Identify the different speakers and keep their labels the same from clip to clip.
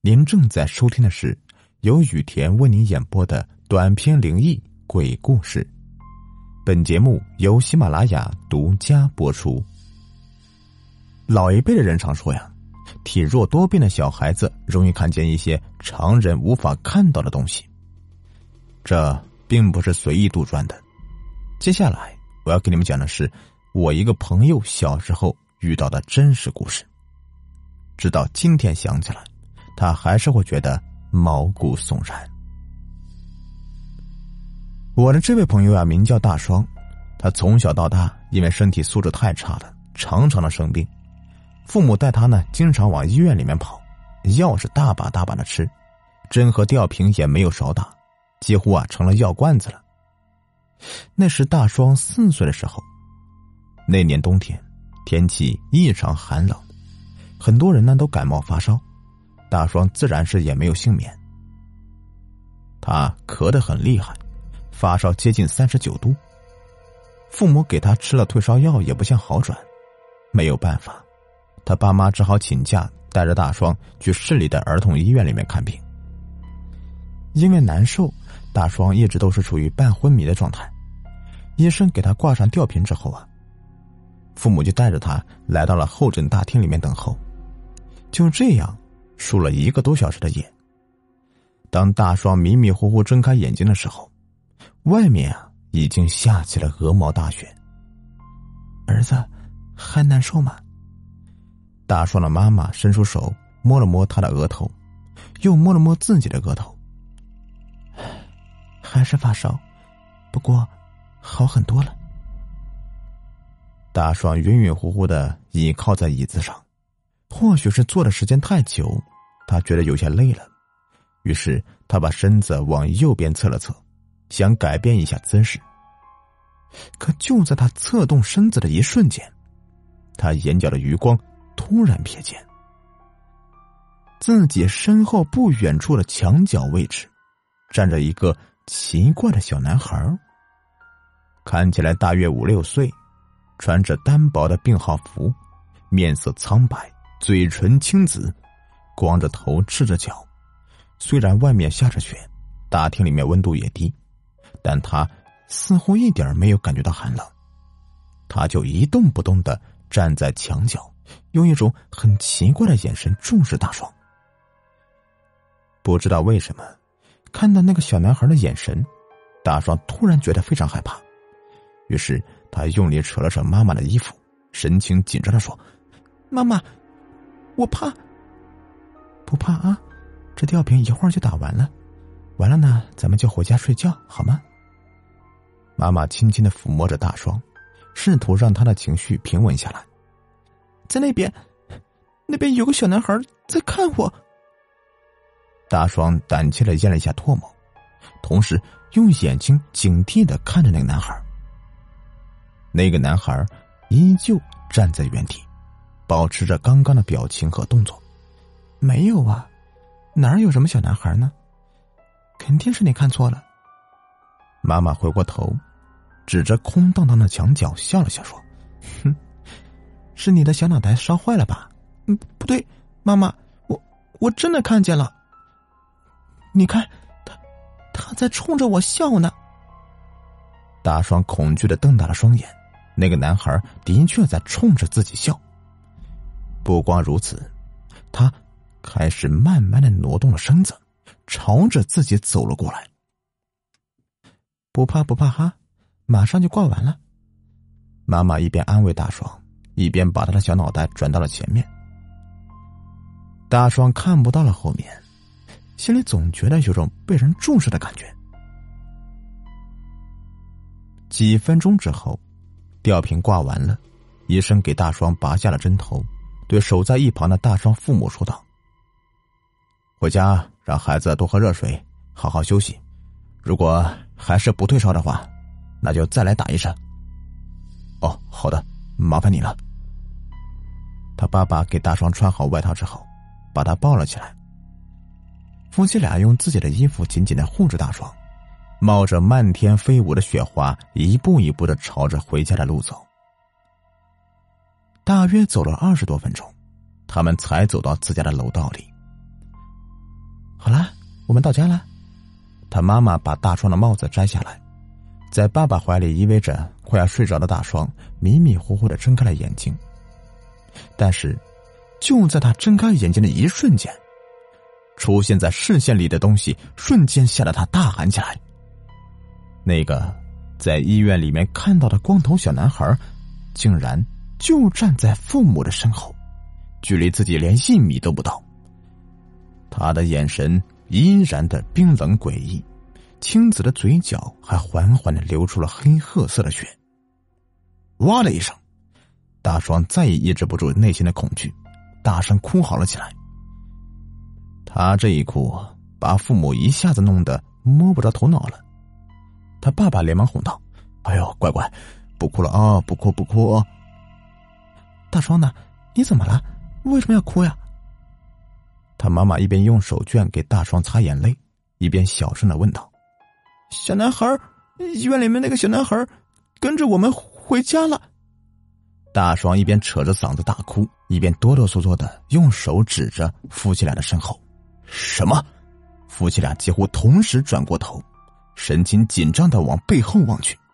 Speaker 1: 您正在收听的是由雨田为您演播的短篇灵异鬼故事。本节目由喜马拉雅独家播出。老一辈的人常说呀，体弱多病的小孩子容易看见一些常人无法看到的东西。这并不是随意杜撰的。接下来我要给你们讲的是我一个朋友小时候遇到的真实故事。直到今天想起来，他还是会觉得毛骨悚然。我的这位朋友啊，名叫大双，他从小到大因为身体素质太差了，常常的生病。父母带他呢，经常往医院里面跑，药是大把大把的吃，针和吊瓶也没有少打，几乎啊成了药罐子了。那时大双4岁的时候，那年冬天天气异常寒冷，很多人呢都感冒发烧，大双自然是也没有幸免。他咳得很厉害，发烧接近39度，父母给他吃了退烧药也不见好转，没有办法，他爸妈只好请假带着大双去市里的儿童医院里面看病。因为难受，大双一直都是处于半昏迷的状态。医生给他挂上吊瓶之后啊，父母就带着他来到了候诊大厅里面等候。就这样数了1个多小时的夜，当大双迷迷糊糊睁开眼睛的时候，外面啊已经下起了鹅毛大雪。儿子还难受吗？大双的妈妈伸出手摸了摸他的额头，又摸了摸自己的额头。还是发烧，不过好很多了。大双晕晕乎乎的倚靠在椅子上，或许是坐的时间太久，他觉得有些累了，于是他把身子往右边侧了侧，想改变一下姿势。可就在他侧动身子的一瞬间，他眼角的余光突然瞥见自己身后不远处的墙角位置站着一个奇怪的小男孩，看起来大约5、6岁，穿着单薄的病号服，面色苍白，嘴唇青紫，光着头赤着脚。虽然外面下着雪，大厅里面温度也低，但他似乎一点没有感觉到寒冷。他就一动不动地站在墙角，用一种很奇怪的眼神注视大双。不知道为什么，看到那个小男孩的眼神，大双突然觉得非常害怕。于是他用力扯了扯妈妈的衣服，神情紧张地说：妈妈，我怕。不怕啊，这吊瓶一会儿就打完了，完了呢咱们就回家睡觉好吗？妈妈轻轻地抚摸着大双，试图让他的情绪平稳下来。在那边有个小男孩在看我。大双胆怯地咽了一下唾沫，同时用眼睛警惕地看着那个男孩。那个男孩依旧站在原地，保持着刚刚的表情和动作。没有啊，哪有什么小男孩呢？肯定是你看错了。妈妈回过头，指着空荡荡的墙角笑了笑说：哼，是你的小脑袋烧坏了吧？不对，妈妈，我真的看见了。你看，他在冲着我笑呢。大双恐惧地瞪大了双眼，那个男孩的确在冲着自己笑。不光如此，他开始慢慢地挪动了身子，朝着自己走了过来。不怕不怕哈，马上就挂完了。妈妈一边安慰大双，一边把他的小脑袋转到了前面。大双看不到了后面，心里总觉得有种被人注视的感觉。几分钟之后，吊瓶挂完了，医生给大双拔下了针头，对守在一旁的大双父母说道：回家让孩子多喝热水，好好休息，如果还是不退烧的话，那就再来打一针。哦，好的，麻烦你了。他爸爸给大双穿好外套之后，把他抱了起来。夫妻俩用自己的衣服紧紧地护着大双，冒着漫天飞舞的雪花，一步一步地朝着回家的路走。大约走了20多分钟，他们才走到自家的楼道里。 们到家了。他妈妈把大双的帽子摘下来，在爸爸怀里依偎着快要睡着的大双，迷迷糊糊地睁开了眼睛。但是就在他睁开眼睛的一瞬间，出现在视线里的东西瞬间吓得他大喊起来。那个在医院里面看到的光头小男孩，竟然就站在父母的身后，距离自己连1米都不到。他的眼神依然的冰冷诡异，青紫的嘴角还缓缓的流出了黑褐色的血。哇的一声，大双再也抑制不住内心的恐惧，大声哭嚎了起来。他这一哭，把父母一下子弄得摸不着头脑了。他爸爸连忙哄道：“哎呦，乖乖，不哭了啊，不哭不哭啊。”大双呢？你怎么了？为什么要哭呀？他妈妈一边用手绢给大双擦眼泪，一边小声的问道：“小男孩，医院里面那个小男孩跟着我们回家了。”大双一边扯着嗓子大哭，一边哆哆嗦嗦的用手指着夫妻俩的身后。什么？夫妻俩几乎同时转过头，神情紧张的往背后望去。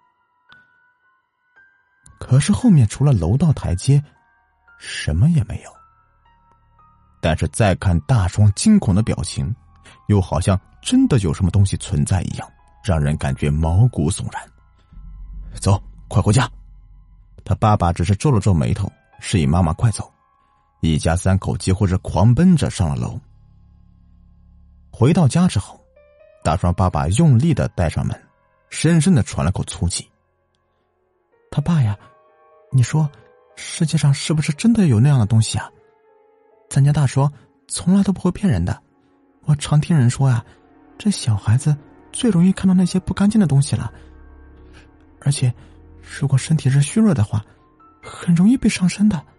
Speaker 1: 可是后面除了楼道台阶，什么也没有。但是再看大双惊恐的表情，又好像真的有什么东西存在一样，让人感觉毛骨悚然。走，快回家。他爸爸只是皱了皱眉头，示意妈妈快走。一家3口几乎是狂奔着上了楼。回到家之后，大双爸爸用力的带上门，深深的喘了口粗气。他爸呀，你说世界上是不是真的有那样的东西啊？咱家大双从来都不会骗人的，我常听人说呀，这小孩子最容易看到那些不干净的东西了，而且如果身体是虚弱的话，很容易被上身的。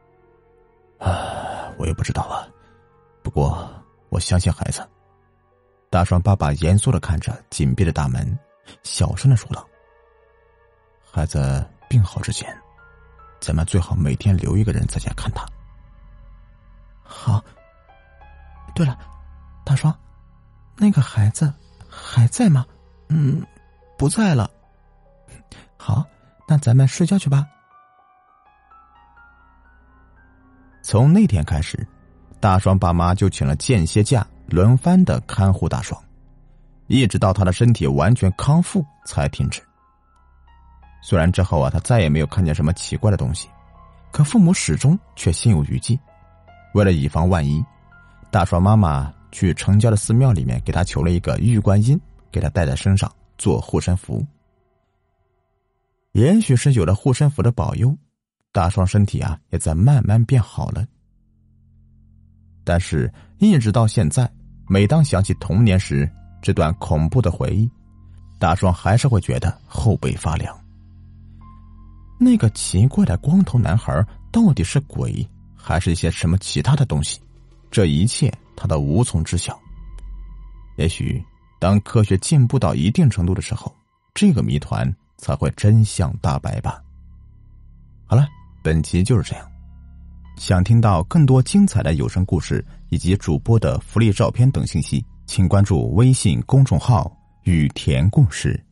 Speaker 1: 我也不知道啊，不过我相信孩子。大双爸爸严肃地看着紧闭的大门，小声地说道：“孩子病好之前，咱们最好每天留一个人在家看他。”好。对了，大双，那个孩子还在吗？不在了。好，那咱们睡觉去吧。从那天开始，大双爸妈就请了间歇假，轮番的看护大双，一直到他的身体完全康复才停止。虽然之后他再也没有看见什么奇怪的东西，可父母始终却心有余悸。为了以防万一，大双妈妈去城郊的寺庙里面给他求了一个玉观音，给他带在身上做护身符。也许是有了护身符的保佑，大双身体也在慢慢变好了。但是一直到现在，每当想起童年时这段恐怖的回忆，大双还是会觉得后背发凉。那个奇怪的光头男孩到底是鬼，还是一些什么其他的东西？这一切他都无从知晓。也许当科学进步到一定程度的时候，这个谜团才会真相大白吧。好了，本集就是这样。想听到更多精彩的有声故事以及主播的福利照片等信息，请关注微信公众号雨田故事。